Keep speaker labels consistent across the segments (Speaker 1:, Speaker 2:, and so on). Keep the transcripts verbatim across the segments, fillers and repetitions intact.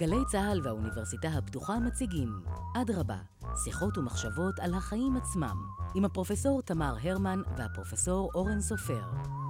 Speaker 1: גלי צהל והאוניברסיטה הפתוחה מציגים אדרבה, שיחות ומחשבות על החיים עצמם, עם הפרופסור תמר הרמן והפרופסור אורן סופר.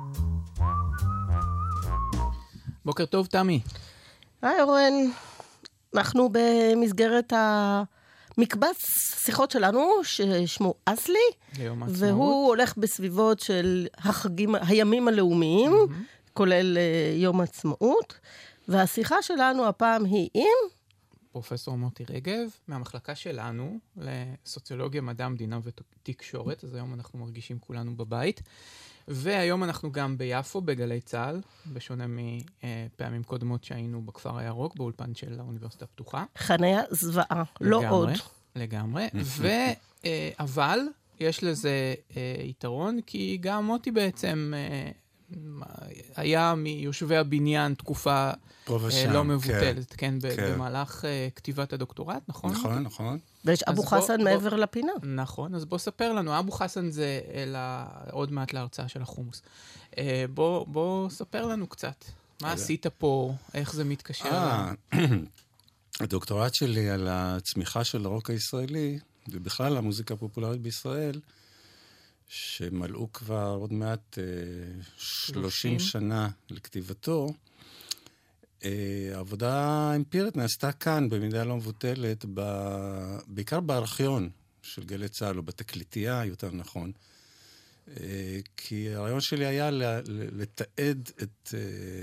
Speaker 2: בוקר טוב, תמי.
Speaker 3: היי אורן, אנחנו במסגרת המקבץ שיחות שלנו, ששמו אסלי, והוא הולך בסביבות של החגים, הימים הלאומיים, mm-hmm. כולל יום עצמאות, והשיחה שלנו הפעם היא עם
Speaker 2: פרופסור מוטי רגב, מהמחלקה שלנו לסוציולוגיה, מדע המדינה ותקשורת, אז היום אנחנו מרגישים כולנו בבית, והיום אנחנו גם ביפו, בגלי צהל, בשונה מפעמים קודמות שהיינו בכפר הירוק, באולפן של האוניברסיטה הפתוחה.
Speaker 3: חניה זוועה, לא עוד.
Speaker 2: לגמרי, ו, אבל יש לזה יתרון, כי גם מוטי בעצם היה מיושבי הבניין תקופה לא מבוטלת, כן, במהלך כתיבת הדוקטורט, נכון?
Speaker 4: נכון, נכון.
Speaker 3: ויש אבו חסן מעבר לפינה.
Speaker 2: נכון, אז בוא ספר לנו, אבו חסן זה עוד מעט להרצאה של החומוס. בוא ספר לנו קצת, מה עשית פה, איך זה מתקשר?
Speaker 4: הדוקטורט שלי על הצמיחה של הרוק הישראלי, ובכלל המוזיקה הפופולרית בישראל, שמלאו כבר עוד מעט שלושים שנה לכתיבתו, העבודה האמפירית נעשתה כאן במידה לא מבוטלת, בעיקר בארכיון של גלי צהל, או בתקליטייה, יותר נכון. כי הרעיון שלי היה לתעד את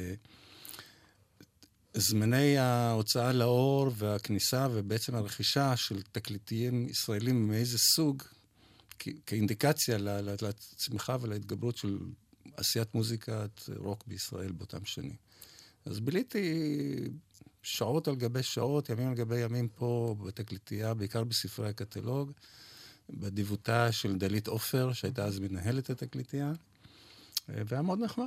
Speaker 4: זמני ההוצאה לאור והכניסה, ובעצם הרכישה של תקליטיים ישראלים מאיזה סוג, כאינדיקציה לצמיחה ולהתגברות של עשיית מוזיקת רוק בישראל באותם שנים. אז ביליתי שעות על גבי שעות, ימים על גבי ימים פה בתקליטייה, בעיקר בספרי הקטלוג, בדיוותה של דלית אופר, שהייתה אז מנהלת התקליטייה, והיה מאוד נחמד.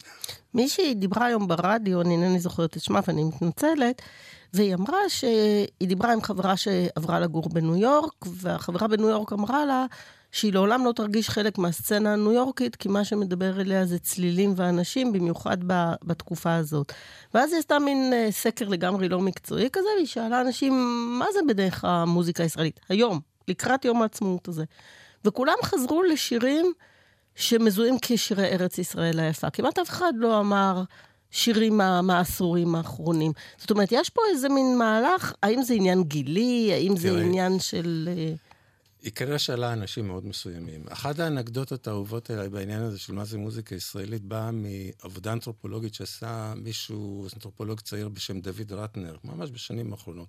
Speaker 3: מישהי דיברה היום ברדיו, אני אינני זוכרת את שמה ואני מתנצלת, והיא אמרה שהיא דיברה עם חברה שעברה לגור בניו יורק, והחברה בניו יורק אמרה לה שהיא לעולם לא תרגיש חלק מהסצנה הניו יורקית, כי מה שמדבר אליה זה צלילים ואנשים, במיוחד בתקופה הזאת. ואז היא עשתה מין סקר לגמרי לא מקצועי כזה, והיא שאלה אנשים, מה זה בדרך המוזיקה הישראלית? היום, לקראת יום העצמאות הזה. וכולם חזרו לשירים שמזוהים כשירי ארץ ישראל היפה. כמעט אף אחד לא אמר שירים מהעשורים האחרונים. זאת אומרת, יש פה איזה מין מהלך, האם זה עניין גילי, האם זה עניין של
Speaker 4: היא כנראה שאלה אנשים מאוד מסוימים. אחת האנקדוטות האהובות אליי בעניין הזה של מה זה מוזיקה ישראלית, באה מעבודה אנתרופולוגית שעשה מישהו, אנתרופולוג צעיר בשם דוד רטנר, ממש בשנים האחרונות.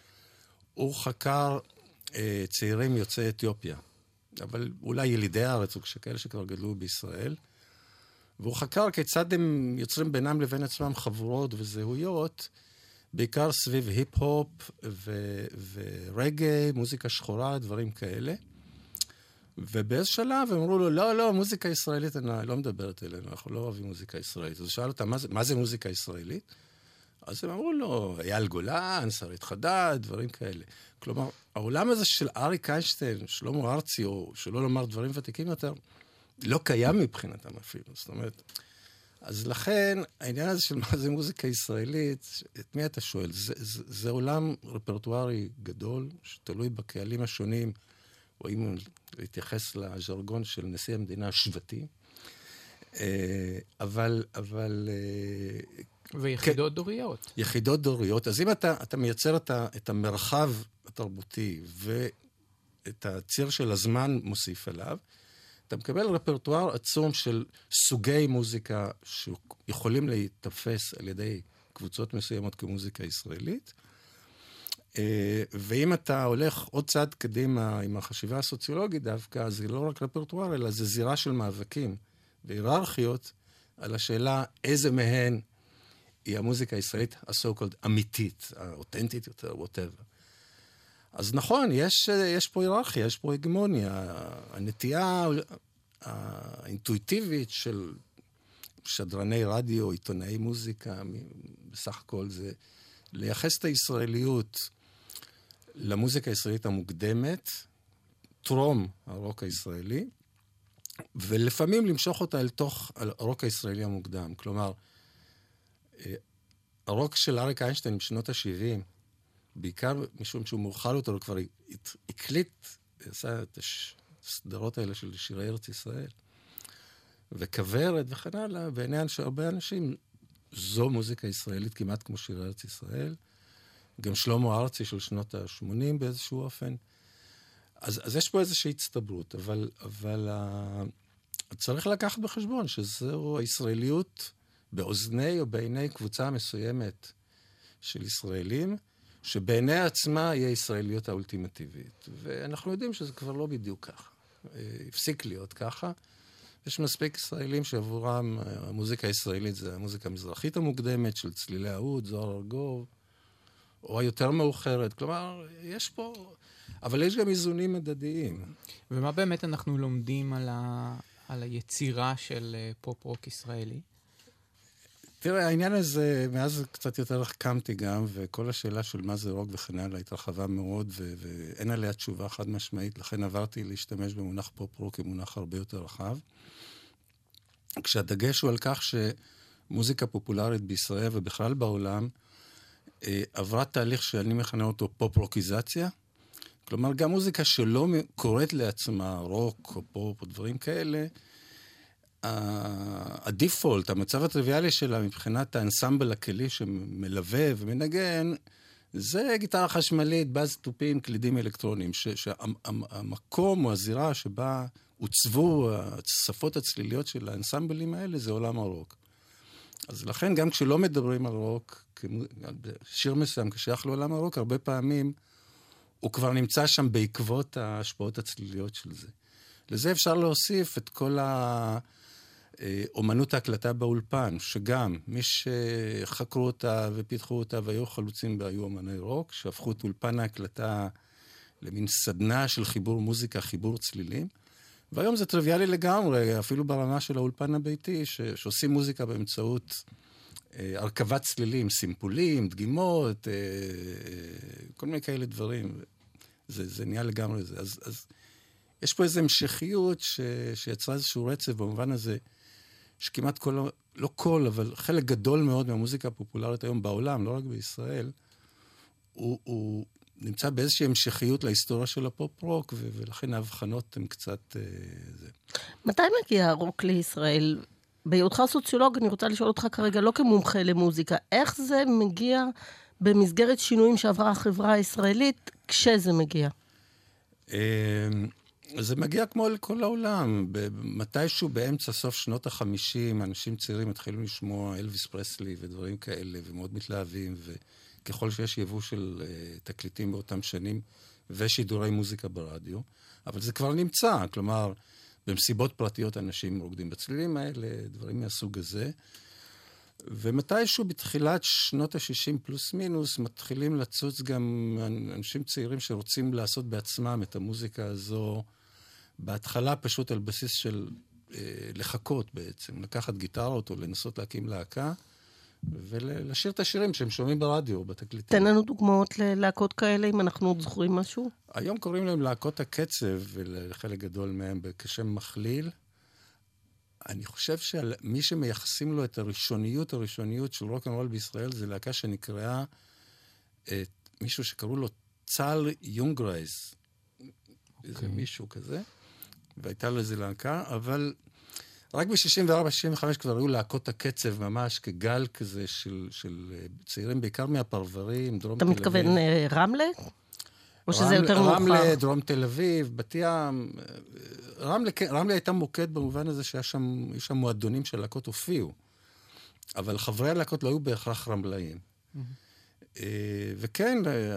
Speaker 4: הוא חקר אה, צעירים יוצאי אתיופיה, אבל אולי ילידי הארץ, או כאלה שכבר גדלו בישראל, והוא חקר כיצד הם יוצרים בינם לבין עצמם חברות וזהויות, בעיקר סביב היפ-הופ ו- ורגי, מוזיקה שחורה, דברים כאלה. ובאיזה שלב הם אמרו לו, לא, לא, מוזיקה ישראלית אני לא מדברת אלינו, אנחנו לא אוהבים מוזיקה ישראלית. אז הוא שאל אותם, מה זה, מה זה מוזיקה ישראלית? אז הם אמרו לו, אייל גולן, שרית חדד, דברים כאלה. כלומר, העולם הזה של אריק איינשטיין, שלמה ארצי, או שלא לומר דברים ותיקים יותר, לא קיים מבחינתם אפילו. זאת אומרת, אז לכן, העניין הזה של מה זה מוזיקה ישראלית, את מי אתה שואל? זה, זה, זה עולם רפרטוארי גדול, שתלוי בקהלים השונים, או אם להתייחס לז'רגון של נשיא המדינה השבטי. אבל, אבל...
Speaker 2: ויחידות דוריות.
Speaker 4: יחידות דוריות. אז אם אתה, אתה מייצר את, ה, את המרחב התרבותי, ואת הציר של הזמן מוסיף עליו, אתה מקבל רפרטואר עצום של סוגי מוזיקה שיכולים להתפס על ידי קבוצות מסוימות כמוזיקה ישראלית. ואם אתה הולך עוד צעד קדימה עם החשיבה הסוציולוגית דווקא, זה לא רק רפרטואר, אלא זה זירה של מאבקים והיררכיות על השאלה איזה מהן היא המוזיקה הישראלית הסו-קולד אמיתית, האותנטית יותר, whatever. אז נכון, יש, יש פה היררכיה, יש פה הגמוניה. הנטייה האינטואיטיבית של שדרני רדיו, עיתונאי מוזיקה, בסך הכל זה לייחס את הישראליות למוזיקה הישראלית המוקדמת, טרום הרוק הישראלי, ולפעמים למשוך אותה אל תוך הרוק הישראלי המוקדם. כלומר, הרוק של אריק איינשטיין בשנות ה-שבעים, בעיקר משום שהוא מאוחר יותר, הוא כבר הקליט, עשה את הסדרות האלה של שירי ארץ ישראל, וכברת וכן הלאה, בעיני הרבה אנשים, זו מוזיקה ישראלית כמעט כמו שירי ארץ ישראל, גם שלמה ארצי של שנות ה-שמונים באיזשהו אופן. אז, אז יש פה איזושהי הצטברות, אבל, אבל uh, צריך לקחת בחשבון שזו הישראליות באוזני או בעיני קבוצה מסוימת של ישראלים, שבעיני עצמה היא הישראליות האולטימטיבית. ואנחנו יודעים שזה כבר לא בדיוק ככה. הפסיק להיות ככה. יש מספיק ישראלים שעבורם המוזיקה הישראלית זה המוזיקה המזרחית המוקדמת של צלילי האוד, זוהר ארגוב, או היותר מאוחרת. כלומר, יש פה... אבל יש גם איזונים מדדיים.
Speaker 2: ומה באמת אנחנו לומדים על, ה... על היצירה של פופ-רוק ישראלי?
Speaker 4: תראה, העניין הזה, מאז קצת יותר החכמתי גם, וכל השאלה של מה זה רוק וכן הלאה התרחבה מאוד, ו- ואין עליה תשובה חד משמעית, לכן עברתי להשתמש במונח פופ-רוק כמונח הרבה יותר רחב. כשהדגש הוא על כך שמוזיקה פופולרית בישראל ובכלל בעולם, אה, עברה תהליך שאני מכנה אותו פופ-רוקיזציה, כלומר, גם מוזיקה שלא קוראת לעצמה רוק או פופ או דברים כאלה, הדיפולט, המצב הטריוויאלי שלה מבחינת האנסמבל הכלי שמלווה ומנגן, זה גיטרה חשמלית, באז תופים, קלידים אלקטרונים, שהמקום או הזירה שבה עוצבו השפות הצליליות של האנסמבלים האלה, זה עולם הרוק. אז לכן גם כשלא מדברים על רוק, שיר מסוים כשייך לעולם הרוק, הרבה פעמים הוא כבר נמצא שם בעקבות ההשפעות הצליליות של זה. לזה אפשר להוסיף את כל ה... אומנות ההקלטה באולפן, שגם מי שחקרו אותה ופיתחו אותה והיו חלוצים והיו אומני רוק, שהפכו את אולפן ההקלטה למין סדנה של חיבור מוזיקה, חיבור צלילים. והיום זה טריוויאלי לגמרי, אפילו ברמה של האולפן הביתי, ש- שעושים מוזיקה באמצעות אה, הרכבת צלילים, סימפולים, דגימות, אה, אה, כל מיני כאלה דברים. זה, זה נהיה לגמרי זה. אז, אז יש פה איזו המשכיות ש- שיצרה איזשהו רצף במובן הזה, שכמעט כל, לא כל, אבל חלק גדול מאוד מהמוזיקה הפופולרית היום בעולם, לא רק בישראל, הוא, הוא נמצא באיזושהי המשכיות להיסטוריה של הפופ-רוק, ו- ולכן ההבחנות הן קצת... אה, זה.
Speaker 3: מתי מגיע הרוק לישראל? בהיותך סוציולוג, אני רוצה לשאול אותך כרגע, לא כמומחה למוזיקה, איך זה מגיע במסגרת שינויים שעברה החברה הישראלית, כשזה מגיע?
Speaker 4: אה, זה מגיע כמו לכל העולם. מתישהו באמצע סוף שנות החמישים, אנשים צעירים התחילו לשמוע אלוויס פרסלי ודברים כאלה, ומאוד מתלהבים, וככל שיש יבוא של uh, תקליטים באותם שנים, ושידורי מוזיקה ברדיו, אבל זה כבר נמצא, כלומר, במסיבות פרטיות אנשים רוקדים בצלילים האלה, דברים מהסוג הזה, ומתישהו בתחילת שנות ה-שישים פלוס מינוס, מתחילים לצוץ גם אנשים צעירים שרוצים לעשות בעצמם את המוזיקה הזו, בהתחלה פשוט על בסיס של אה, לחכות בעצם, לקחת גיטרות או לנסות להקים להקה, ולשיר את השירים שהם שומעים ברדיו, בתקליטים.
Speaker 3: תן לנו דוגמאות ללהקות כאלה, אם אנחנו עוד זוכרים משהו.
Speaker 4: היום קוראים להם להקות הקצב, ולחלק גדול מהם כשם מכליל. אני חושב שמי שמייחסים לו את הראשוניות, הראשוניות של רוק אנד רול בישראל, זה להקה שנקראה, את מישהו שקראו לו צל יונגרייז. Okay. איזה מישהו כזה. והייתה לו איזה להקה, אבל רק ב-שישים וארבע שישים וחמש כבר היו להקות הקצב ממש כגל כזה של, של צעירים, בעיקר מהפרברים, דרום תל אביב. אתה מתכוון
Speaker 3: רמלה? או שזה יותר מאוחר?
Speaker 4: רמלה, דרום תל אביב, בת ים. רמלה, רמלה הייתה מוקד במובן הזה שהיה שם, יש שם מועדונים של להקות הופיעו. אבל חברי הלהקות לא היו בהכרח רמלאים. Mm-hmm. וכן,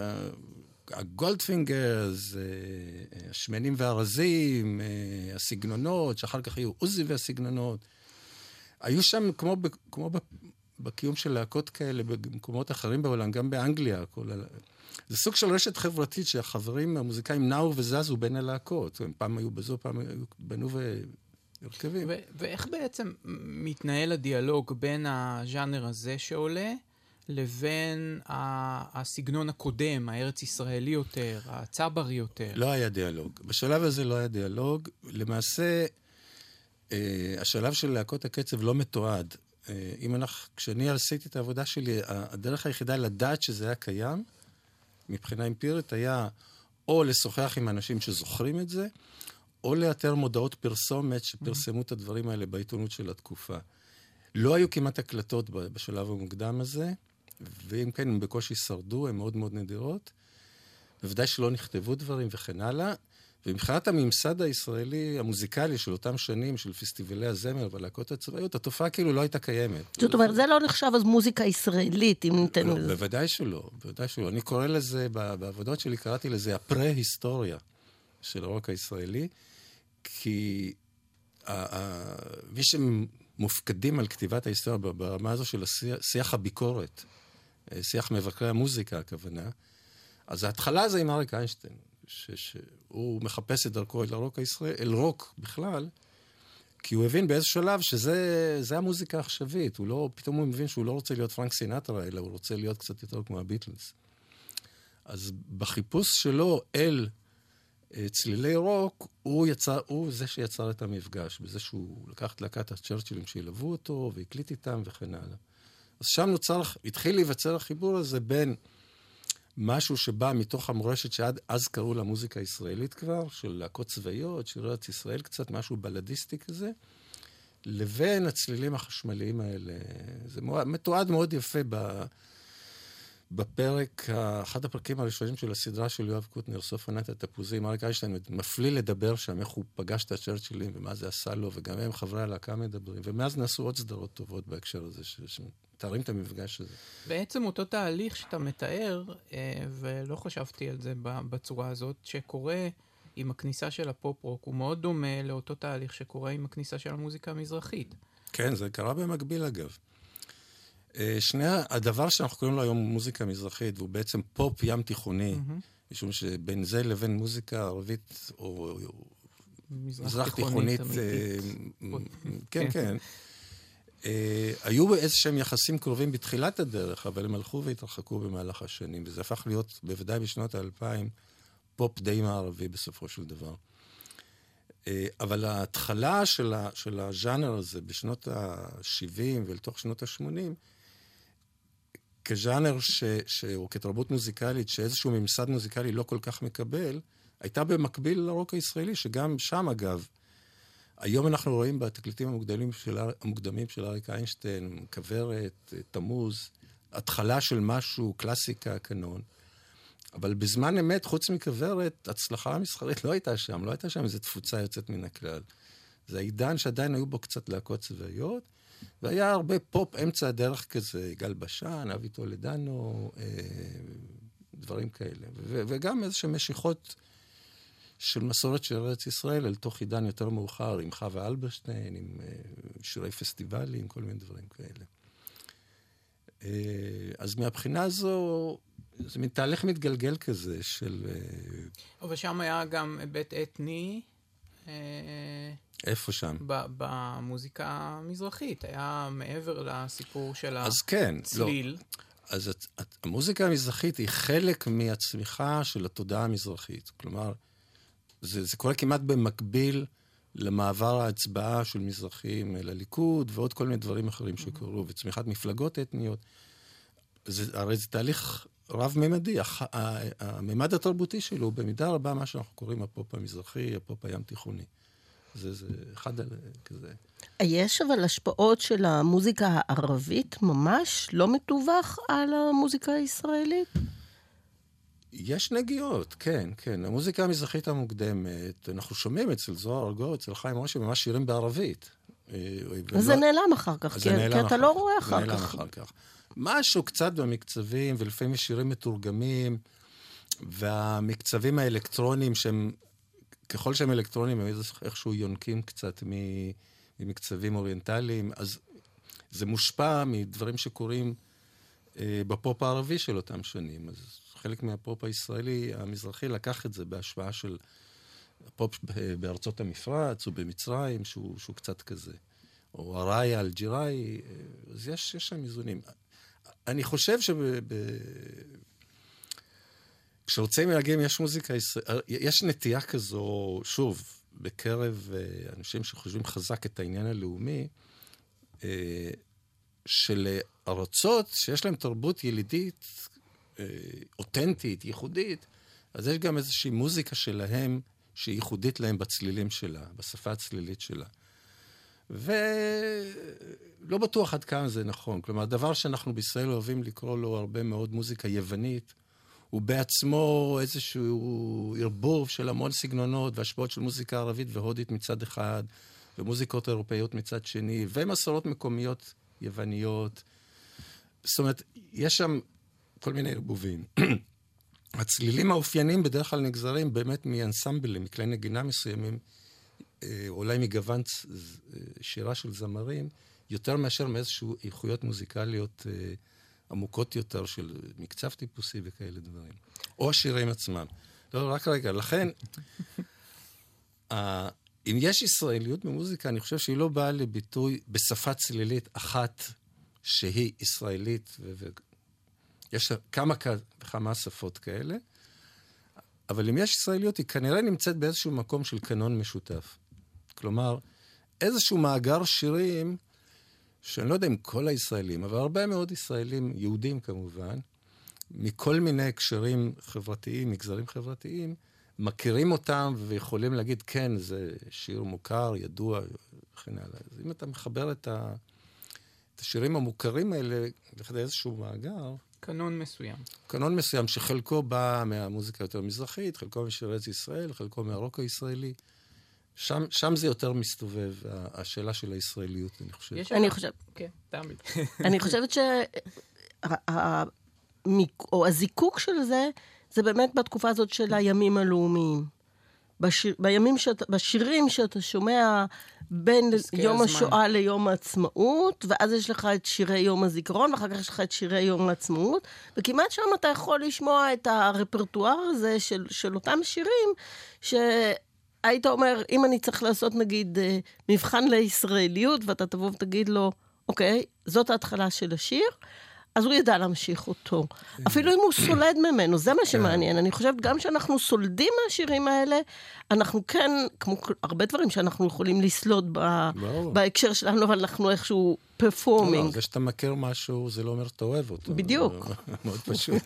Speaker 4: הגולדפינגרס, השמנים והרזים, הסגנונות, שאחר כך היו עוזי והסגנונות. היו שם, כמו, כמו בקיום של להקות כאלה, במקומות אחרים בעולם, גם באנגליה. כל ה... זה סוג של רשת חברתית שהחברים המוזיקאים נעו וזזו בין הלהקות. הם פעם היו בזו, פעם היו בנו והרכבים.
Speaker 2: ו- ואיך בעצם מתנהל הדיאלוג בין הז'אנר הזה שעולה, לבין הסגנון הקודם, הארץ ישראלי יותר, הצברי יותר?
Speaker 4: לא היה דיאלוג. בשלב הזה לא היה דיאלוג. למעשה, השלב של להקות הקצב לא מתועד. אם אנחנו, כשאני עשיתי את העבודה שלי, הדרך היחידה לדעת שזה היה קיים, מבחינה אמפירית היה או לשוחח עם אנשים שזוכרים את זה, או לאתר מודעות פרסומת שפרסמו את הדברים האלה בעיתונות של התקופה. לא היו כמעט הקלטות בשלב המוקדם הזה, ואם כן, הם בקושי שרדו, הן מאוד מאוד נדירות. בוודאי שלא נכתבו דברים וכן הלאה. ומבחינת הממסד הישראלי, המוזיקלי של אותם שנים, של פסטיבלי הזמר והלהקות הצבאיות, התופעה כאילו לא הייתה קיימת.
Speaker 3: זאת אומרת, זה לא נחשב אז מוזיקה ישראלית, אם ניתן לזה.
Speaker 4: בוודאי שלא, בוודאי שלא. אני קורא לזה, בעבודות שלי קראתי לזה הפרה-היסטוריה של הרוק הישראלי, כי מי שמופקדים על כתיבת ההיסטוריה ברמה הזו של שיח הביקורת, שיח מבקרי המוזיקה, הכוונה, אז ההתחלה זה עם אריק איינשטיין, שהוא מחפש את דרכו אל הרוק הישראלי, אל רוק בכלל, כי הוא הבין באיזה שלב שזה זה המוזיקה העכשווית. הוא לא, פתאום הוא מבין שהוא לא רוצה להיות פרנק סינטרה, אלא הוא רוצה להיות קצת יותר כמו הביטלס. אז בחיפוש שלו אל צלילי רוק, הוא, יצר, הוא זה שיצר את המפגש, בזה שהוא לקח את להקת הצ'רצ'ילים שילוו אותו, והקליט איתם וכן הלאה. אז שם נוצר, התחיל להיווצר החיבור הזה בין משהו שבא מתוך המורשת שעד אז קראו לה מוזיקה ישראלית כבר, של להקות צבאיות, שירת ישראל קצת, משהו בלדיסטי כזה, לבין הצלילים החשמליים האלה. זה מתועד מאוד יפה ב... בפרק, אחד הפרקים הראשונים של הסדרה של יואב קוטנר, סוף עונת התפוזים, אריק איינשטיין מפליא לדבר שם, איך הוא פגש את הצ'רצ'ילים ומה זה עשה לו, וגם הם חברי הלהקה מדברים, ומאז נעשו עוד סדרות טובות בהקשר הזה, שמתארים את המפגש הזה.
Speaker 2: בעצם אותו תהליך שאתה מתאר, ולא חשבתי על זה בצורה הזאת, שקורה עם הכניסה של הפופ-רוק, הוא מאוד דומה לאותו תהליך שקורה עם הכניסה של המוזיקה המזרחית.
Speaker 4: כן, זה קרה במקביל אגב. שני, הדבר שאנחנו קוראים לו היום מוזיקה מזרחית, והוא בעצם פופ ים תיכוני, mm-hmm. משום שבין זה לבין מוזיקה ערבית או מזרח תיכונית, כן, כן, היו איזשהם יחסים קרובים בתחילת הדרך, אבל הם הלכו והתרחקו במהלך השנים, וזה הפך להיות, בוודאי בשנות האלפיים, פופ די מערבי בסופו של דבר. אבל ההתחלה של, ה, של הז'אנר הזה בשנות ה-שבעים ולתוך שנות ה-שמונים, כז'אנר ש, ש, או כתרבות מוזיקלית שאיזשהו ממסד מוזיקלי לא כל כך מקבל, הייתה במקביל לרוק הישראלי, שגם שם אגב, היום אנחנו רואים בתקליטים המוקדמים של, המוקדמים של אריק איינשטיין, כוורת, תמוז, התחלה של משהו, קלאסיקה, קנון, אבל בזמן אמת, חוץ מכוורת, הצלחה המסחרית לא הייתה שם, לא הייתה שם איזו תפוצה יוצאת מן הכלל. זה העידן שעדיין היו בו קצת להקות צבאיות, והיה הרבה פופ אמצע הדרך כזה, גל בשן, אבי טולדנו, אה, דברים כאלה. ו- וגם איזושהי משיכות של מסורת של ארץ ישראל, אל תוך עידן יותר מאוחר, עם חווה אלברשטיין, עם אה, שירי פסטיבלים, כל מיני דברים כאלה. אה, אז מהבחינה הזו, זה מין תהליך מתגלגל כזה של...
Speaker 2: אבל שם היה גם היבט אתני.
Speaker 4: איפה שם?
Speaker 2: במוזיקה המזרחית. היה מעבר לסיפור של הצליל.
Speaker 4: אז כן. לא. אז המוזיקה המזרחית היא חלק מהצמיחה של התודעה המזרחית. כלומר, זה, זה קורה כמעט במקביל למעבר ההצבעה של מזרחים לליכוד, ועוד כל מיני דברים אחרים שקורו, וצמיחת מפלגות אתניות. זה, הרי זה תהליך רב-ממדי. הממד התרבותי שלו, במידה רבה מה שאנחנו קוראים הפופ המזרחי, הפופ הים תיכוני. זה, זה אחד כזה.
Speaker 3: יש אבל השפעות של המוזיקה הערבית ממש לא מתווך על המוזיקה הישראלית?
Speaker 4: יש נגיעות, כן, כן. המוזיקה המזרחית המוקדמת, אנחנו שומעים אצל זוהר ארגוב, אצל חיים ראשי, ממש שירים בערבית.
Speaker 3: וזה נעלם אחר כך, כי אתה לא רואה אחר כך.
Speaker 4: נעלם אחר כך. משהו קצת במקצבים, ולפעמים שירים מתורגמים, והמקצבים האלקטרונים שהם, ככל שהם אלקטרונים, הם איכשהו יונקים קצת ממקצבים אוריינטליים, אז זה מושפע מדברים שקורים אה, בפופ הערבי של אותם שנים. אז חלק מהפופ הישראלי, המזרחי, לקח את זה בהשוואה של הפופ בארצות המפרץ, או במצרים, שהוא, שהוא קצת כזה. או הראי, אלג'יראי, אז יש, יש שם איזונים. אני חושב שב... ב... כשרוצים להגיע, יש מוזיקה, יש נטייה כזו, שוב, בקרב אנשים שחושבים חזק את העניין הלאומי, של ארצות שיש להם תרבות ילידית אותנטית, ייחודית, אז יש גם איזושהי מוזיקה שלהם, שהיא ייחודית להם בצלילים שלה, בשפה הצלילית שלה. ולא בטוח עד כמה זה נכון. כלומר, הדבר שאנחנו בישראל אוהבים לקרוא לו הרבה מאוד מוזיקה יוונית, הוא בעצמו איזשהו ערבוב של המון סגנונות והשפעות של מוזיקה ערבית והודית מצד אחד, ומוזיקות אירופאיות מצד שני, ומסורות מקומיות יווניות. זאת אומרת, יש שם כל מיני ערבובים. הצלילים האופיינים בדרך כלל נגזרים באמת מאנסמבלים, מכלי נגינה מסוימים, אולי מגוון שירה של זמרים, יותר מאשר מאיזשהו איכויות מוזיקליות עמוקות יותר של מקצב טיפוסי וכאלה דברים. או השירים עצמם. לא, רק רגע, לכן, אם יש ישראליות במוזיקה, אני חושב שהיא לא באה לביטוי בשפה צלילית אחת שהיא ישראלית, ויש כמה וכמה שפות כאלה, אבל אם יש ישראליות, היא כנראה נמצאת באיזשהו מקום של קנון משותף. כלומר, איזשהו מאגר שירים, שאני לא יודע אם כל הישראלים, אבל הרבה מאוד ישראלים, יהודים כמובן, מכל מיני הקשרים חברתיים, מגזרים חברתיים, מכירים אותם ויכולים להגיד, כן, זה שיר מוכר, ידוע, וכן הלאה. אז אם אתה מחבר את, ה... את השירים המוכרים האלה לכדי איזשהו מאגר,
Speaker 2: קנון מסוים.
Speaker 4: קנון מסוים שחלקו בא מהמוזיקה יותר מזרחית, חלקו משירי ישראל, חלקו מהרוק הישראלי. שם, שם זה יותר מסתובב, השאלה של הישראליות, אני חושב.
Speaker 3: אני חושב...
Speaker 2: כן, תמיד.
Speaker 3: אני חושבת ש... או הזיקוק של זה, זה באמת בתקופה הזאת של הימים הלאומיים. בשיר, בימים שאתה, בשירים שאתה שומע בין יום הזמן. השואה ליום העצמאות, ואז יש לך את שירי יום הזיכרון, ואחר כך יש לך את שירי יום העצמאות, וכמעט שם אתה יכול לשמוע את הרפרטואר הזה של, של אותם שירים, שהיית אומר, אם אני צריך לעשות נגיד מבחן לישראליות, ואתה תבוא ותגיד לו, אוקיי, זאת ההתחלה של השיר, אז הוא ידע להמשיך אותו. אפילו אם הוא סולד ממנו, זה מה שמעניין. אני חושבת, גם שאנחנו סולדים מהשירים האלה, אנחנו כן, כמו הרבה דברים שאנחנו יכולים לסלוד בהקשר שלנו, אבל אנחנו איכשהו פרפורמינג.
Speaker 4: זה שאתה מכיר משהו, זה לא אומר שאתה אוהב אותו.
Speaker 3: בדיוק.
Speaker 4: מאוד פשוט.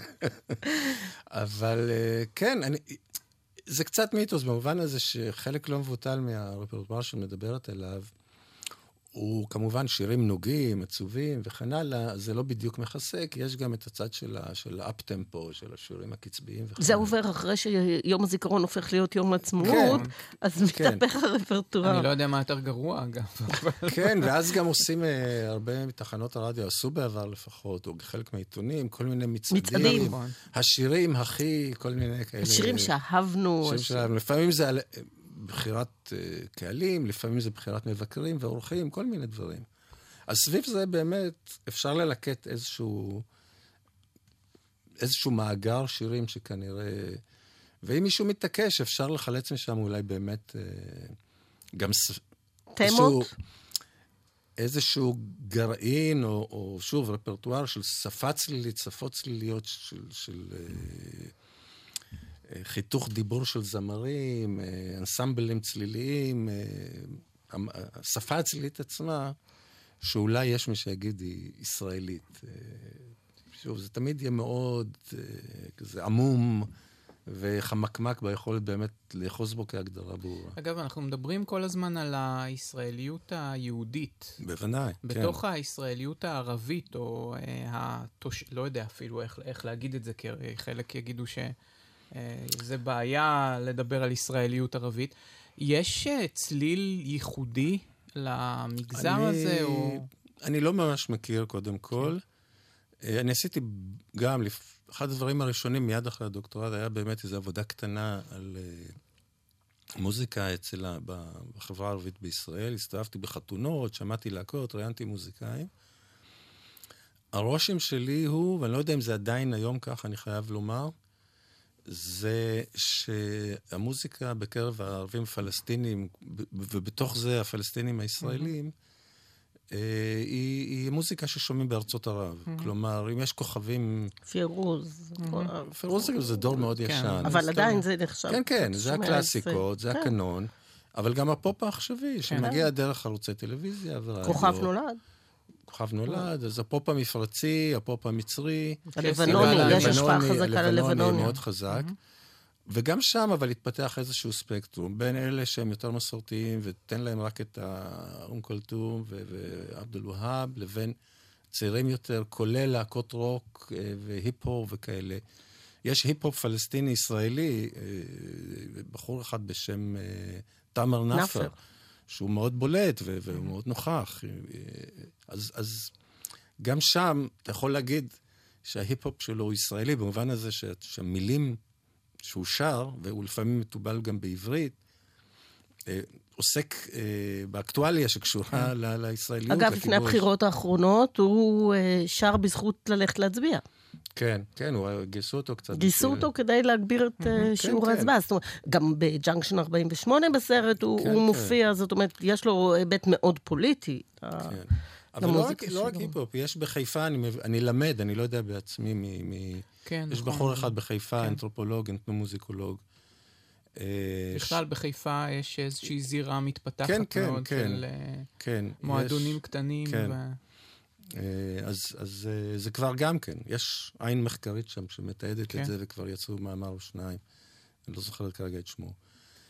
Speaker 4: אבל כן, זה קצת מיתוס, במובן הזה שחלק לא מבוטל מהרפרטואר שמדברת אליו, הוא כמובן שירים נוגעים, עצובים וכן הלאה, זה לא בדיוק מכסה, כי יש גם את הצד של האפ-טמפו, של השירים הקצביים וכן
Speaker 3: זה עובר אחרי שיום הזיכרון הופך להיות יום העצמאות, אז מתהפך הרפרטואר.
Speaker 2: אני לא יודע מה יותר גרוע, אגב.
Speaker 4: כן, ואז גם עושים הרבה מתחנות הרדיו, עשו בעבר לפחות, או חלק מהעיתונים, כל מיני מצעדים. השירים הכי, כל מיני כאלה.
Speaker 3: השירים שאהבנו.
Speaker 4: לפעמים זה בחירת uh, קהלים, לפעמים זה בחירת מבקרים ואורחים, כל מיני דברים. אז סביב זה באמת אפשר ללקט איזשהו, איזשהו מאגר שירים שכנראה, ואם מישהו מתעקש, אפשר לחלץ משם אולי באמת uh, גם
Speaker 3: תמות? איזשהו,
Speaker 4: איזשהו גרעין, או, או שוב, רפרטואר של שפה צלילית, שפות צליליות של... של uh, חיתוך דיבור של זמרים, אנסמבלים צליליים, השפה הצלילית עצמה, שאולי יש מי שיגיד היא ישראלית. שוב, זה תמיד יהיה מאוד כזה עמום וחמקמק ביכולת באמת לאחוז בו כהגדרה ברורה.
Speaker 2: אגב, אנחנו מדברים כל הזמן על הישראליות היהודית.
Speaker 4: בוודאי, כן.
Speaker 2: בתוך הישראליות הערבית, או התוש... לא יודע אפילו איך, איך להגיד את זה, כי חלק יגידו ש... זה בעיה לדבר על ישראליות ערבית. יש צליל ייחודי למגזר
Speaker 4: אני,
Speaker 2: הזה? או...
Speaker 4: אני לא ממש מכיר קודם כל. אני עשיתי גם, אחד הדברים הראשונים מיד אחרי הדוקטורט, היה באמת איזו עבודה קטנה על מוזיקה אצל בחברה הערבית בישראל. הסתובבתי בחתונות, שמעתי להקות, ראיינתי מוזיקאים. הרושם שלי הוא, ואני לא יודע אם זה עדיין היום ככה, אני חייב לומר, זה שהמוזיקה בקרב הערבים הפלסטינים, ובתוך זה הפלסטינים הישראלים, היא, היא מוזיקה ששומעים בארצות ערב. כלומר, אם יש כוכבים...
Speaker 3: פירוז.
Speaker 4: פירוז זה דור מאוד ישן.
Speaker 3: אבל עדיין זה נחשב.
Speaker 4: כן, כן, זה הקלאסיקות, זה הקנון, אבל גם הפופ העכשווי, שמגיע דרך ערוצי טלוויזיה ורדיו.
Speaker 3: כוכב נולד.
Speaker 4: כוכב נולד, אז הפופ המפרצי, הפופ המצרי.
Speaker 3: הלבנוני, יש השפעה חזקה ללבנוני.
Speaker 4: הלבנוני מאוד חזק. וגם שם, אבל התפתח איזשהו ספקטרום, בין אלה שהם יותר מסורתיים, ותן להם רק את האום כולתום ועבד אל-והאב, לבין צעירים יותר, כולל להקות רוק והיפ-הופ וכאלה. יש היפ-הופ פלסטיני ישראלי, בחור אחד בשם תאמר נפר, שהוא מאוד בולט והוא מאוד נוכח. אז, אז גם שם אתה יכול להגיד שההיפ-הופ שלו הוא ישראלי, במובן הזה שהמילים שהוא שר, והוא לפעמים מטובל גם בעברית, עוסק באקטואליה שקשורה לישראליות.
Speaker 3: אגב, לפני הבחירות האחרונות, הוא שר בזכות ללכת להצביע.
Speaker 4: כן, כן, גייסו אותו קצת.
Speaker 3: גייסו אותו כדי להגביר את שיעור ההצבעה. זאת אומרת, גם בג'אנקשן ארבעים ושמונה בסרט הוא מופיע, זאת אומרת, יש לו היבט מאוד פוליטי.
Speaker 4: כן. אבל לא רק, לא רק היפ-הופ, יש בחיפה, אני, אני למד, אני לא יודע בעצמי מי... מי
Speaker 2: כן,
Speaker 4: יש
Speaker 2: נכון.
Speaker 4: בחור אחד בחיפה,
Speaker 2: כן.
Speaker 4: אנתרופולוג, אנתנומוזיקולוג.
Speaker 2: בכלל, ש... בחיפה יש איזושהי זירה מתפתחת
Speaker 4: כן, כן,
Speaker 2: מאוד
Speaker 4: כן,
Speaker 2: של
Speaker 4: כן,
Speaker 2: מועדונים
Speaker 4: יש,
Speaker 2: קטנים.
Speaker 4: כן.
Speaker 2: ו...
Speaker 4: אז, אז זה כבר גם כן, יש עין מחקרית שם שמתעדת
Speaker 2: כן.
Speaker 4: את זה, וכבר יצאו מאמר או שניים. אני לא זוכר כרגע את שמו.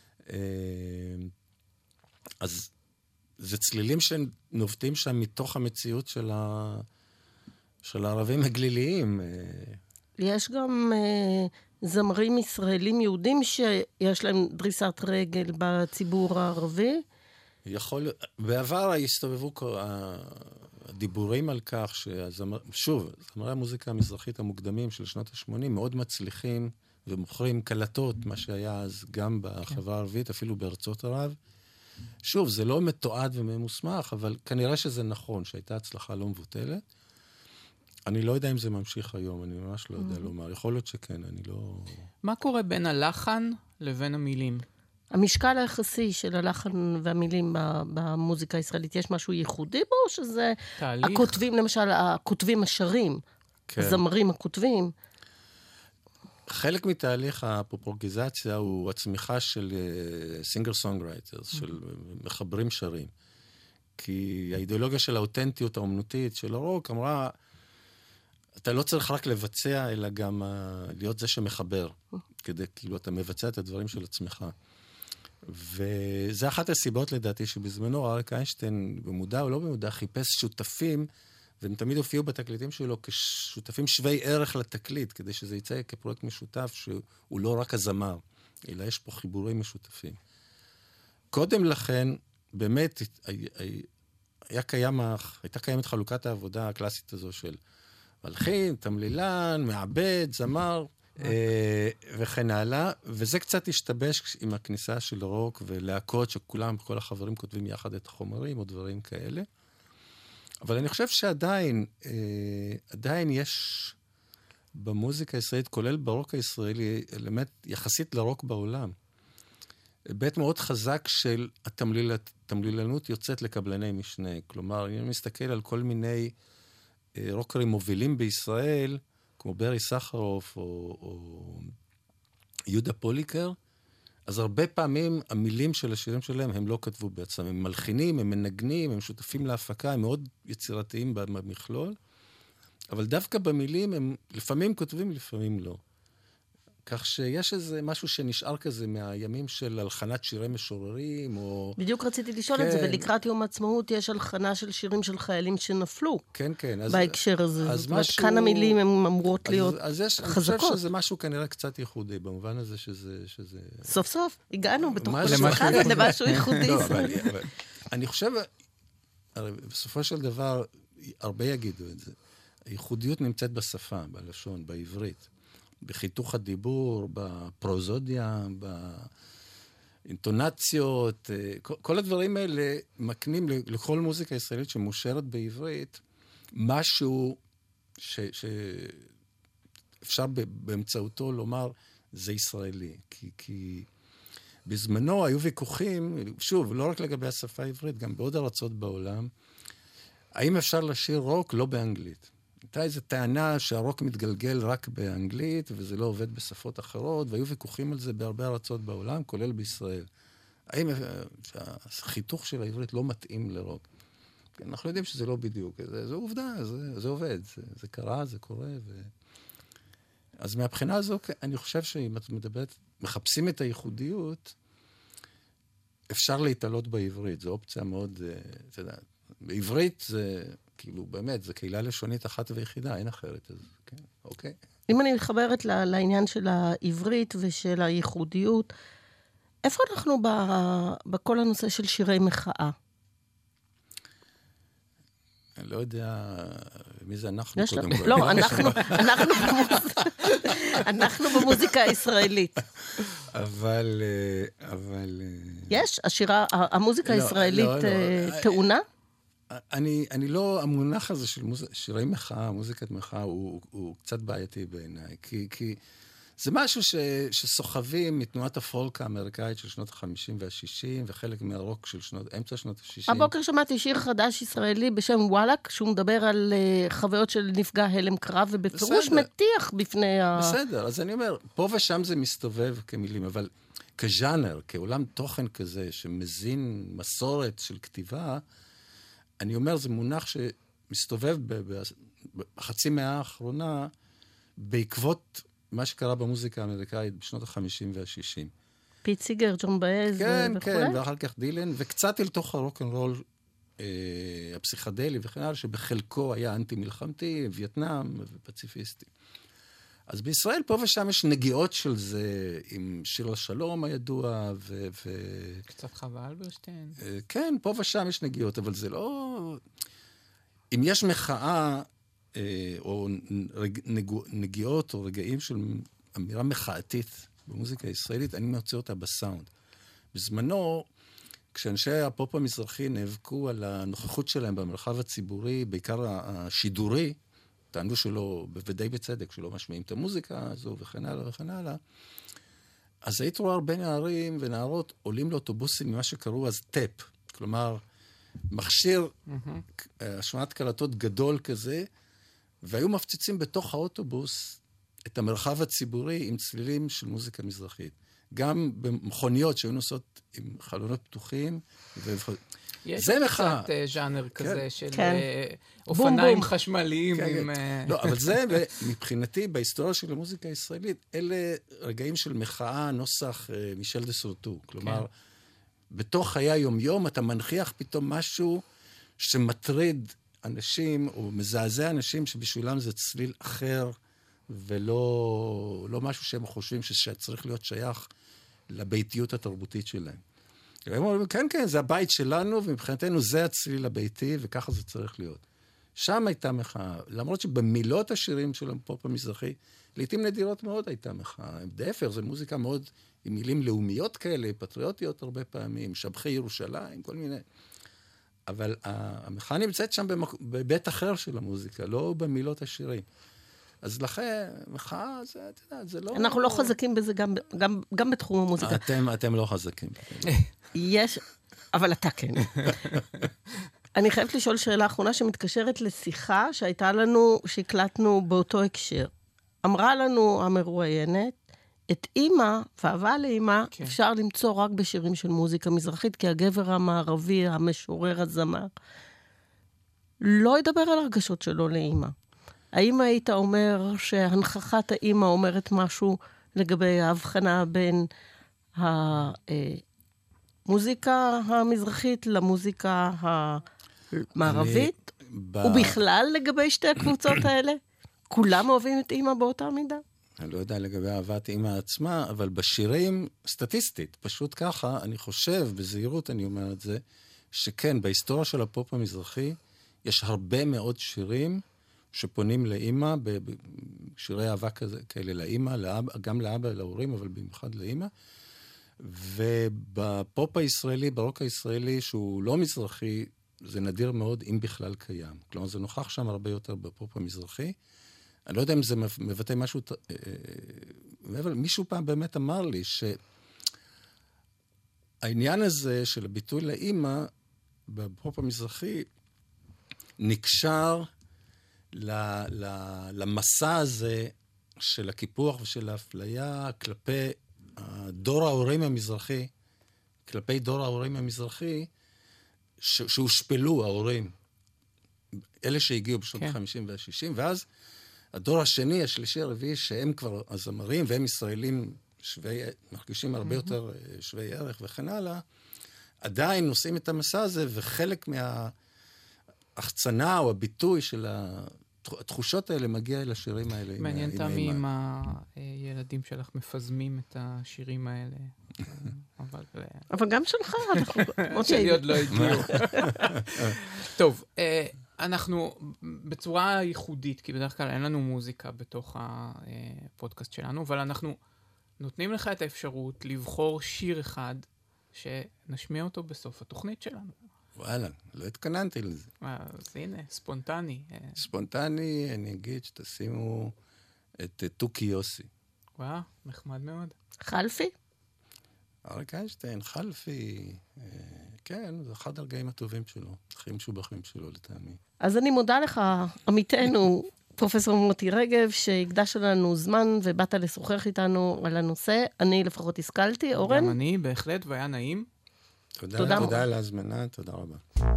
Speaker 4: אז זה צלילים שנובטים שם מתוך המציאות של, ה... של הערבים הגליליים.
Speaker 3: יש גם uh, זמרים ישראלים יהודים שיש להם דריסת רגל בציבור הערבי?
Speaker 4: יכול... בעבר הסתובבו הדיבורים על כך שהזמר... שוב, זמרי המוזיקה המזרחית המוקדמים של שנות ה-שמונים מאוד מצליחים ומוכרים קלטות, מה שהיה אז גם בחברה הערבית, אפילו בארצות ערב. שוב, זה לא מתועד וממוסמך, אבל כנראה שזה נכון, שהייתה הצלחה לא מבוטלת. אני לא יודע אם זה ממשיך היום, אני ממש לא יודע לומר. יכול להיות שכן, אני לא...
Speaker 2: מה קורה בין הלחן לבין המילים?
Speaker 3: המשקל היחסי של הלחן והמילים במוזיקה הישראלית, יש משהו ייחודי בו, או שזה...
Speaker 2: תהליך?
Speaker 3: הכותבים, למשל, הכותבים השרים,
Speaker 4: כן.
Speaker 3: הזמרים הכותבים.
Speaker 4: חלק מתהליך הפופולריזציה הוא הצמיחה של סינגר-סונגרייטרס, של מחברים שרים. כי האידיאולוגיה של האותנטיות האומנותית של הרוק אמרה, אתה לא צריך רק לבצע, אלא גם uh, להיות זה שמחבר, כדי, כאילו, אתה מבצע את הדברים של עצמך. וזה אחת הסיבות, לדעתי, שבזמנו אריק איינשטיין, במודע או לא במודע, חיפש שותפים, והם תמיד הופיעו בתקליטים שלו כשותפים שווי ערך לתקליט, כדי שזה יצא כפרויקט משותף, שהוא לא רק הזמר, אלא יש פה חיבורים משותפים. קודם לכן, באמת, היה קיים, הייתה קיימת חלוקת העבודה הקלאסית הזו של מלחין, תמלילן, מעבד, זמר, וכן הלאה, וזה קצת השתבש עם הכניסה של רוק ולהקות שכולם, כל החברים כותבים יחד את החומרים או דברים כאלה. אבל אני חושב שעדיין, עדיין יש במוזיקה הישראלית, כולל ברוק הישראלי, אלמנט יחסית לרוק בעולם. בית מאוד חזק של התמלילנות יוצאת לקבלני משנה. כלומר, אני מסתכל על כל מיני רוקרים מובילים בישראל, כמו ברי סחרוף או, או יהודה פוליקר, אז הרבה פעמים המילים של השירים שלהם הם לא כתבו בעצם. הם מלחינים, הם מנגנים, הם שותפים להפקה, הם מאוד יצירתיים במכלול, אבל דווקא במילים הם לפעמים כותבים, לפעמים לא. כך שיש איזה משהו שנשאר כזה מהימים של הלחנת שירי משוררים, או...
Speaker 3: בדיוק רציתי לשאול
Speaker 4: כן.
Speaker 3: את זה, ולקראת יום העצמאות יש הלחנה של שירים של חיילים שנפלו.
Speaker 4: כן, כן. אז,
Speaker 3: בהקשר הזה.
Speaker 4: אז
Speaker 3: זאת אומרת,
Speaker 4: משהו...
Speaker 3: כאן המילים הן אמורות
Speaker 4: אז,
Speaker 3: להיות
Speaker 4: אז יש,
Speaker 3: חזקות.
Speaker 4: אני חושב שזה משהו כנראה קצת ייחודי, במובן הזה שזה... שזה...
Speaker 3: סוף סוף, הגענו בתוך
Speaker 4: משהו-
Speaker 3: המשפחה הזאת למשהו ייחודי.
Speaker 4: לא, אבל, אבל, אני חושב, הרי בסופו של דבר, הרבה יגידו את זה. הייחודיות נמצאת בשפה, בלשון, בעברית. בחיתוך הדיבור, בפרוזודיה, באינטונציות, כל, כל הדברים האלה מקנים לכל מוזיקה ישראלית שמושרת בעברית, משהו ש, שאפשר באמצעותו לומר, זה ישראלי. כי, כי בזמנו היו ויכוחים, שוב, לא רק לגבי השפה העברית, גם בעוד ארצות בעולם, האם אפשר לשיר רוק לא באנגלית? הייתה איזו טענה שהרוק מתגלגל רק באנגלית, וזה לא עובד בשפות אחרות, והיו ויכוחים על זה בהרבה ארצות בעולם, כולל בישראל. האם החיתוך של העברית לא מתאים לרוק? אנחנו יודעים שזה לא בדיוק. זה, זה עובדה, זה, זה עובד, זה, זה קרה, זה קורה. ו... אז מהבחינה הזו, אני חושב שאם את מדברת, מחפשים את הייחודיות, אפשר להתעלות בעברית. זו אופציה מאוד, אתה יודע, בעברית זה, כאילו, באמת, זה קהילה לשונית אחת ויחידה, אין אחרת. אז כן, אוקיי.
Speaker 3: אם אני מתחברת לעניין של העברית ושל הייחודיות, איפה אנחנו בכל הנושא של שירי מחאה?
Speaker 4: אני לא יודע מי זה אנחנו קודם כל.
Speaker 3: לא, אנחנו במוזיקה הישראלית.
Speaker 4: אבל, אבל...
Speaker 3: יש? השירה, המוזיקה הישראלית טעונה?
Speaker 4: אני, אני לא, המונח הזה של שירי מחאה, מוזיקת מחאה, הוא קצת בעייתי בעיניי, כי, כי זה משהו ש, שסוחבים מתנועת הפולק האמריקאית של שנות ה-חמישים וה-שישים, וחלק מהרוק של שנות, אמצע שנות ה-שישים.
Speaker 3: הבוקר שמעתי שיר חדש ישראלי בשם וואלק, שהוא מדבר על uh, חוויות של נפגע הלם קרב, ובפירוש בסדר. מטיח בפני ה...
Speaker 4: בסדר, אז אני אומר, פה ושם זה מסתובב כמילים, אבל כז'אנר, כעולם תוכן כזה, שמזין מסורת של כתיבה, אני אומר, זה מונח שמסתובב בחצי מאה האחרונה, בעקבות מה שקרה במוזיקה האמריקאית בשנות ה-חמישים וה-שישים.
Speaker 3: פיט סיגר, ג'ון באז
Speaker 4: כן,
Speaker 3: וכו'.
Speaker 4: כן, ואחר כך דילן, וקצת אל תוך הרוק-אנרול אה, הפסיכדלי וכן הלאה, שבחלקו היה אנטי-מלחמתי, וייטנאם ופציפיסטי. אז בישראל פה ושם יש נגיעות של זה, עם שיר לשלום הידוע, ו... ו...
Speaker 2: קצת חווה אלברשטיין.
Speaker 4: אה, כן, פה ושם יש נגיעות, אבל זה לא... אם יש מחאה, או נגיעות או רגעים של אמירה מחאתית במוזיקה הישראלית, אני מוצא אותה בסאונד. בזמנו, כשאנשי הפופ המזרחי נאבקו על הנוכחות שלהם במרחב הציבורי, בעיקר השידורי, טענו שלא, בוודאי בצדק, שלא משמיעים את המוזיקה הזו וכן הלאה וכן הלאה, אז היית רואה הרבה נערים ונערות עולים לאוטובוסים ממה שקראו אז טאפ, כלומר, מכשיר השמעת קלטות גדול כזה, והיו מפציצים בתוך האוטובוס את המרחב הציבורי עם צלילים של מוזיקה מזרחית. גם במכוניות שהיו נוסעות עם חלונות פתוחים. ו...
Speaker 2: יש
Speaker 4: זה מחאה.
Speaker 2: קצת ז'אנר כזה כן. של
Speaker 3: כן.
Speaker 2: אופניים
Speaker 3: בום, בום.
Speaker 2: חשמליים.
Speaker 4: כן,
Speaker 2: עם...
Speaker 4: כן. לא, אבל זה, מבחינתי, בהיסטוריה של המוזיקה הישראלית, אלה רגעים של מחאה, נוסח מישל דה סורטו. כלומר, כן. בתוך חיי היום-יום אתה מנחיח פתאום משהו שמטריד אנשים, או מזעזע אנשים שבשבילם זה צליל אחר, ולא לא משהו שהם חושבים שצריך להיות שייך לביתיות התרבותית שלהם. הם אומרים, כן, כן, זה הבית שלנו, ומבחינתנו זה הצליל הביתי, וככה זה צריך להיות. שם הייתה מחאה, למרות שבמילות השירים של הפופ המזרחי, לעתים נדירות מאוד הייתה מחאה. דאפר, זה מוזיקה מאוד, עם מילים לאומיות כאלה, פטריוטיות הרבה פעמים, שבחי ירושלים, כל מיני. אבל המחאה נמצאת שם בבית אחר של המוזיקה, לא במילות השירים. אז לכן, מחאה, זה, אתה יודע, זה לא...
Speaker 3: אנחנו לא חזקים בזה גם, גם, גם בתחום המוזיקה.
Speaker 4: אתם, אתם לא חזקים.
Speaker 3: יש, אבל אתה כן. אני חייבת לשאול שאלה אחרונה שמתקשרת לשיחה שהייתה לנו, שהקלטנו באותו הקשר. אמרה לנו המרואיינת, את אימא ואהבה לאימא כן. אפשר למצוא רק בשירים של מוזיקה מזרחית, כי הגבר המערבי, המשורר, הזמר, לא ידבר על הרגשות שלו לאימא. האם היית אומר שהנחכת האימא אומרת משהו לגבי ההבחנה בין המוזיקה המזרחית למוזיקה המערבית? ב... ובכלל לגבי שתי הקבוצות האלה? כולם אוהבים את אימא באותה מידה?
Speaker 4: אני לא יודע לגבי אהבת אימא עצמה, אבל בשירים, סטטיסטית, פשוט ככה, אני חושב, בזהירות אני אומר את זה, שכן, בהיסטוריה של הפופ המזרחי, יש הרבה מאוד שירים שפונים לאמא, בשירי אהבה כזה, כאלה לאמא, לאבא, גם לאבא, להורים, אבל במיוחד לאמא. ובפופ הישראלי, ברוק הישראלי, שהוא לא מזרחי, זה נדיר מאוד, אם בכלל קיים. כלומר, זה נוכח שם הרבה יותר בפופ המזרחי. אני לא יודע אם זה מבטא משהו, אבל מישהו פעם באמת אמר לי שהעניין הזה של הביטוי לאמא, בפופ המזרחי, נקשר ל, ל, למסע הזה של הקיפוח ושל האפליה כלפי דור ההורים המזרחי, כלפי דור ההורים המזרחי, ש, שהושפלו ההורים אלה שהגיעו בשנות ה-חמישים וה-שישים, ואז הדור השני, השלישי, הרביעי, שהם כבר הזמרים, והם ישראלים שווי, מרגישים הרבה יותר שווי ערך וכן הלאה, עדיין נושאים את המסע הזה, וחלק מההחצנה או הביטוי של התחושות האלה מגיע אל השירים האלה.
Speaker 2: מעניין תמי אם הילדים שלך מפזמים את השירים האלה.
Speaker 3: אבל גם שלך,
Speaker 2: שלי עוד לא הגיעו. טוב, אנחנו בצורה ייחודית, כי בדרך כלל אין לנו מוזיקה בתוך הפודקאסט שלנו, אבל אנחנו נותנים לך את האפשרות לבחור שיר אחד שנשמיע אותו בסוף התוכנית שלנו.
Speaker 4: וואלה, לא התכננתי לזה.
Speaker 2: אז הנה, ספונטני.
Speaker 4: ספונטני, אני אגיד שתשימו את תוכי יוסי.
Speaker 2: וואו, נחמד מאוד.
Speaker 3: חלפי?
Speaker 4: אריק איינשטיין, חלפי, כן, זה אחד הרגעים הטובים שלו, הכי משובחים שלו לטעמי.
Speaker 3: אז אני מודה לך, עמיתנו, פרופסור מוטי רגב, שהקדש לנו זמן ובאת לשוחח איתנו על הנושא. אני לפחות השכלתי, אורן?
Speaker 2: גם אני, בהחלט, והיה נעים.
Speaker 4: תודה, תודה, תודה על ההזמנה, תודה רבה.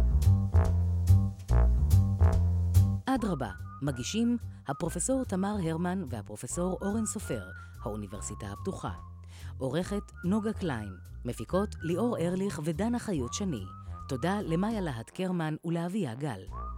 Speaker 1: אדרבה, מגישים הפרופסור תמר הרמן והפרופסור אורן סופר, האוניברסיטה הפתוחה. עורכת נוגה קליין, מפיקות ליאור ארליך ודנה חיות שני. תודה למאיה להט קרמן ולאביה גל.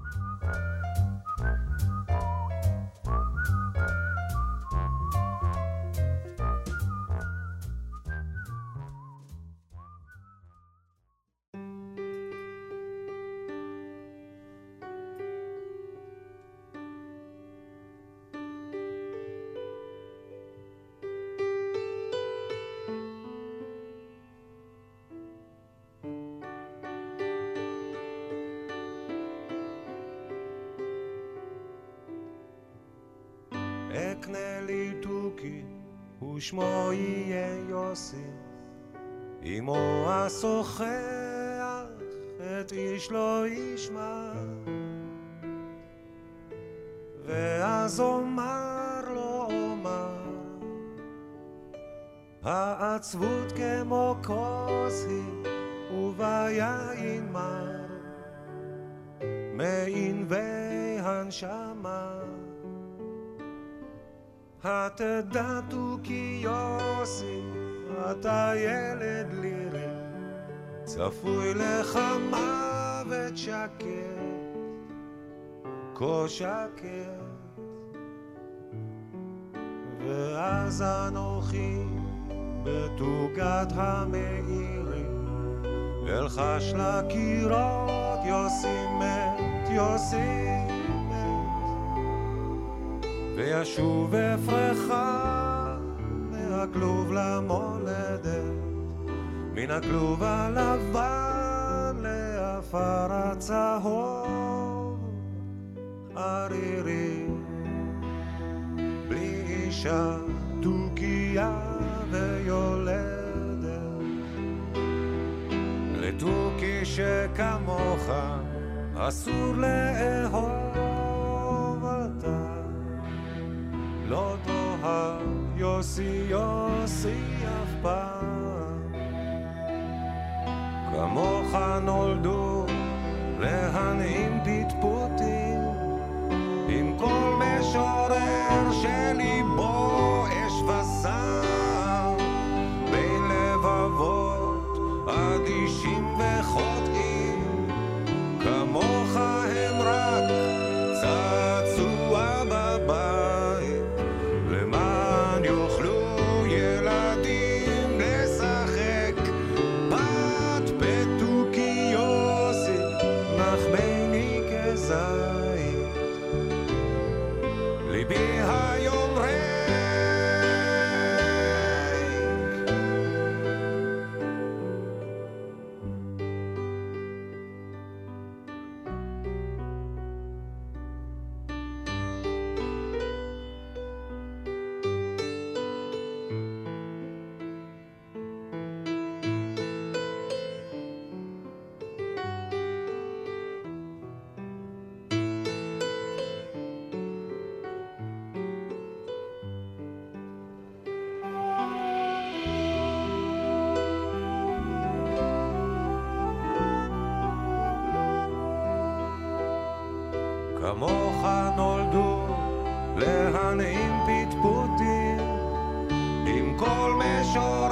Speaker 5: אקנה לי תוכי ושמו יהיה יוסי, אמו השוחח את איש לא ישמע, ואז אומר לו אומר, העצבות כמו כוס היא וביין מר, מענבי הנשמה. התדע תוכי יוסי, אתה ילד לירי, צפוי לך מוות שקט, כה שקט. ואז אנוכי בתוגת המאירי, אלחש לקירות יוסי מת, יוסי וישוב אפרחה מהכלוב למולדת, מן הכלוב הלבן לאפר הצהוב ערירי, בלי אישה תוכיה ויולדת. לתוכי שכמוך אסור לאהוב אתה, לא תאהב יוסי יוסי אף פעם. כמוך נולדו להנעים פטפוטים, עם כל משורר שליבו אש וסם, בין לבבות אדישים וחוטאים. כמוך הם רק צעצוע בבית, למען יוכלו ילדים לשחק פת בתוכי יוסי. כמוך נולדו להנעים פטפוטים עם כל משור